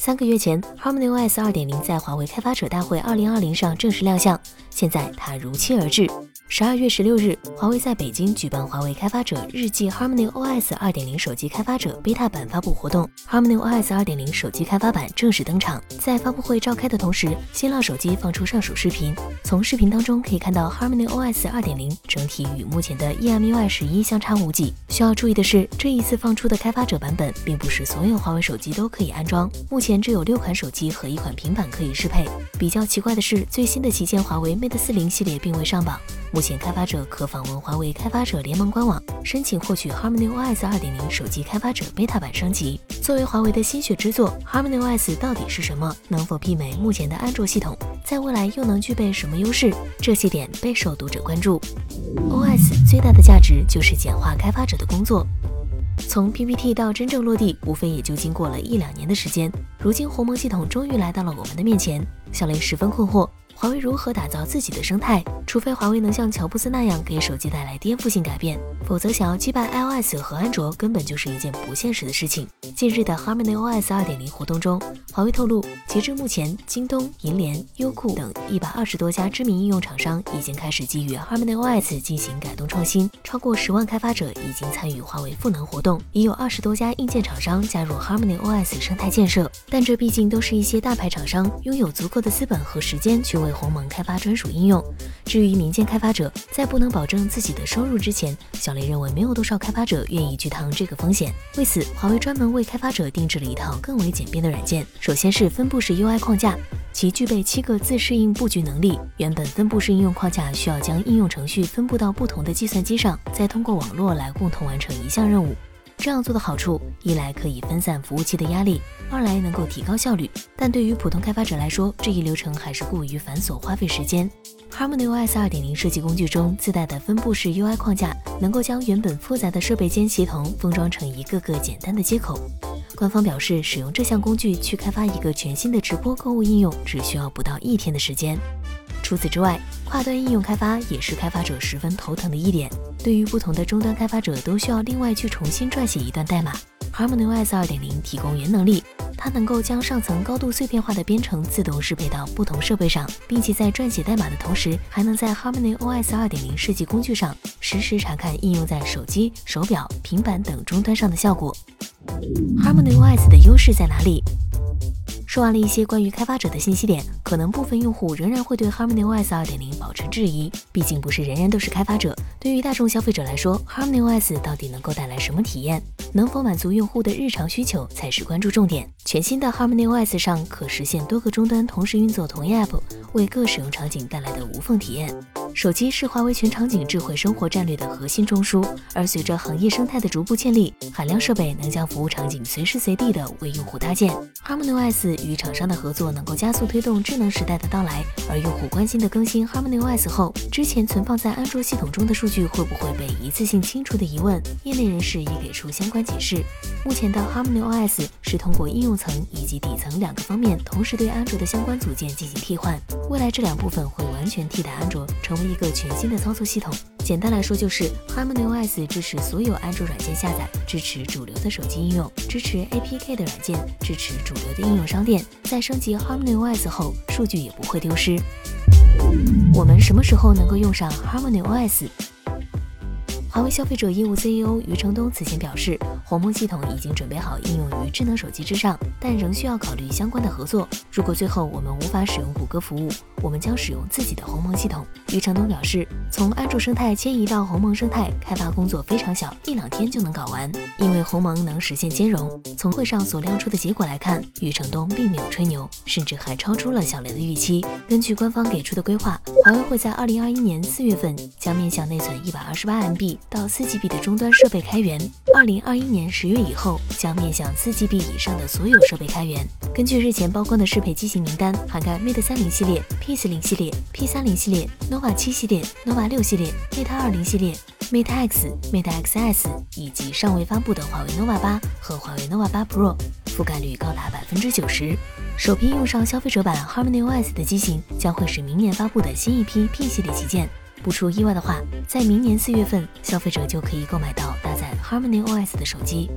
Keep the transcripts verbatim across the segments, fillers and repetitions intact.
三个月前 HarmonyOS 二点零 在华为开发者大会二零二零上正式亮相，现在它如期而至。十二月十六日，华为在北京举办华为开发者日季 HarmonyOS 二点零 手机开发者 beta 版发布活动 ，HarmonyOS 二点零 手机开发版正式登场。在发布会召开的同时，新浪手机放出上手视频，从视频当中可以看到 HarmonyOS 二点零 整体与目前的 E M U I 十一相差无几。需要注意的是，这一次放出的开发者版本并不是所有华为手机都可以安装，目前只有六款手机和一款平板可以适配。比较奇怪的是，最新的旗舰华为 Mate 四零系列并未上榜。目前开发者可访问华为开发者联盟官网，申请获取 HarmonyOS 二点零 手机开发者 beta 版升级。作为华为的心血之作 ，HarmonyOS 到底是什么？能否媲美目前的安卓系统？在未来又能具备什么优势？这些点备受读者关注。O S 最大的价值就是简化开发者的工作。从 P P T 到真正落地，无非也就经过了一两年的时间。如今鸿蒙系统终于来到了我们的面前，小雷十分困惑。华为如何打造自己的生态？除非华为能像乔布斯那样给手机带来颠覆性改变，否则想要击败 iOS 和安卓根本就是一件不现实的事情。近日的 HarmonyOS 二点零 活动中，华为透露，截至目前，京东、银联、优酷等一百二十多家知名应用厂商已经开始基于 HarmonyOS 进行改动创新，超过十万开发者已经参与华为赋能活动，已有二十多家硬件厂商加入 HarmonyOS 生态建设。但这毕竟都是一些大牌厂商，拥有足够的资本和时间去为鸿蒙开发专属应用。至于民间开发者，在不能保证自己的收入之前，小雷认为没有多少开发者愿意去趟这个风险。为此，华为专门为开发者定制了一套更为简便的软件。首先是分布式 U I 框架，其具备七个自适应布局能力。原本分布式应用框架需要将应用程序分布到不同的计算机上，再通过网络来共同完成一项任务。这样做的好处，一来可以分散服务器的压力，二来能够提高效率。但对于普通开发者来说，这一流程还是过于繁琐，花费时间。HarmonyOS 二点零 设计工具中自带的分布式 U I 框架，能够将原本复杂的设备间协同封装成一个个简单的接口。官方表示，使用这项工具去开发一个全新的直播购物应用，只需要不到一天的时间。除此之外，跨端应用开发也是开发者十分头疼的一点。对于不同的终端开发者，都需要另外去重新撰写一段代码。HarmonyOS 二点零 提供原能力，它能够将上层高度碎片化的编程自动适配到不同设备上，并且在撰写代码的同时，还能在 HarmonyOS 二点零 设计工具上实时查看应用在手机、手表、平板等终端上的效果。HarmonyOS 的优势在哪里？说完了一些关于开发者的信息点，可能部分用户仍然会对 HarmonyOS 二点零 保持质疑，毕竟不是人人都是开发者。对于大众消费者来说 ，HarmonyOS 到底能够带来什么体验？能否满足用户的日常需求才是关注重点。全新的 HarmonyOS 上可实现多个终端同时运作同一 App， 为各使用场景带来的无缝体验。手机是华为全场景智慧生活战略的核心中枢，而随着行业生态的逐步建立，海量设备能将服务场景随时随地的为用户搭建。HarmonyOS 与厂商的合作能够加速推动智能时代的到来，而用户关心的更新 HarmonyOS 后，之前存放在安卓系统中的数据会不会被一次性清除的疑问，业内人士已给出相关解释。目前的 HarmonyOS 是通过应用层以及底层两个方面同时对安卓的相关组件进行替换，未来这两部分会完全替代安卓，成为一个全新的操作系统。简单来说就是 HarmonyOS 支持所有安卓软件下载，支持主流的手机应用，支持 A P K 的软件，支持主流的应用商店。在升级 HarmonyOS 后，数据也不会丢失。我们什么时候能够用上 HarmonyOS？华为消费者业务 C E O 余承东此前表示，鸿蒙系统已经准备好应用于智能手机之上，但仍需要考虑相关的合作。如果最后我们无法使用谷歌服务，我们将使用自己的鸿蒙系统。余承东表示，从安卓生态迁移到鸿蒙生态，开发工作非常小，一两天就能搞完，因为鸿蒙能实现兼容。从会上所亮出的结果来看，余承东并没有吹牛，甚至还超出了小雷的预期。根据官方给出的规划，华为会在二零二一年四月份将面向内存一百二十八 M B 到四 G B 的终端设备开源，二零二一年十月以后将面向四 G B 以上的所有设备开源。根据日前曝光的适配机型名单，涵盖 Mate 三十系列、P 四十系列、P 三十系列、Nova 七系列、Nova 六系列、Mate 二十系列、Mate X、Mate X S 以及尚未发布的华为 Nova 八和华为 Nova 八 Pro， 覆盖率高达 百分之九十。首批用上消费者版 HarmonyOS 的机型将会是明年发布的新一批 P 系列旗舰。不出意外的话，在明年四月份，消费者就可以购买到搭载 HarmonyOS 的手机。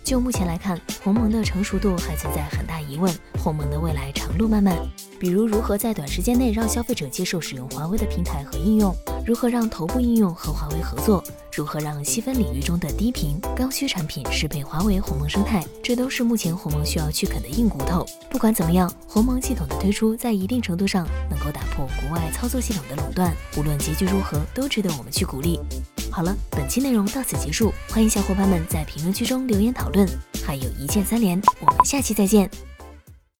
就目前来看，鸿蒙的成熟度还存在很大疑问，鸿蒙的未来长路漫漫。比如如何在短时间内让消费者接受使用华为的平台和应用，如何让头部应用和华为合作，如何让细分领域中的低频、刚需产品适配华为鸿蒙生态，这都是目前鸿蒙需要去啃的硬骨头。不管怎么样，鸿蒙系统的推出在一定程度上能够打破国外操作系统的垄断，无论结局如何，都值得我们去鼓励。好了，本期内容到此结束，欢迎小伙伴们在评论区中留言讨论，还有一键三连，我们下期再见。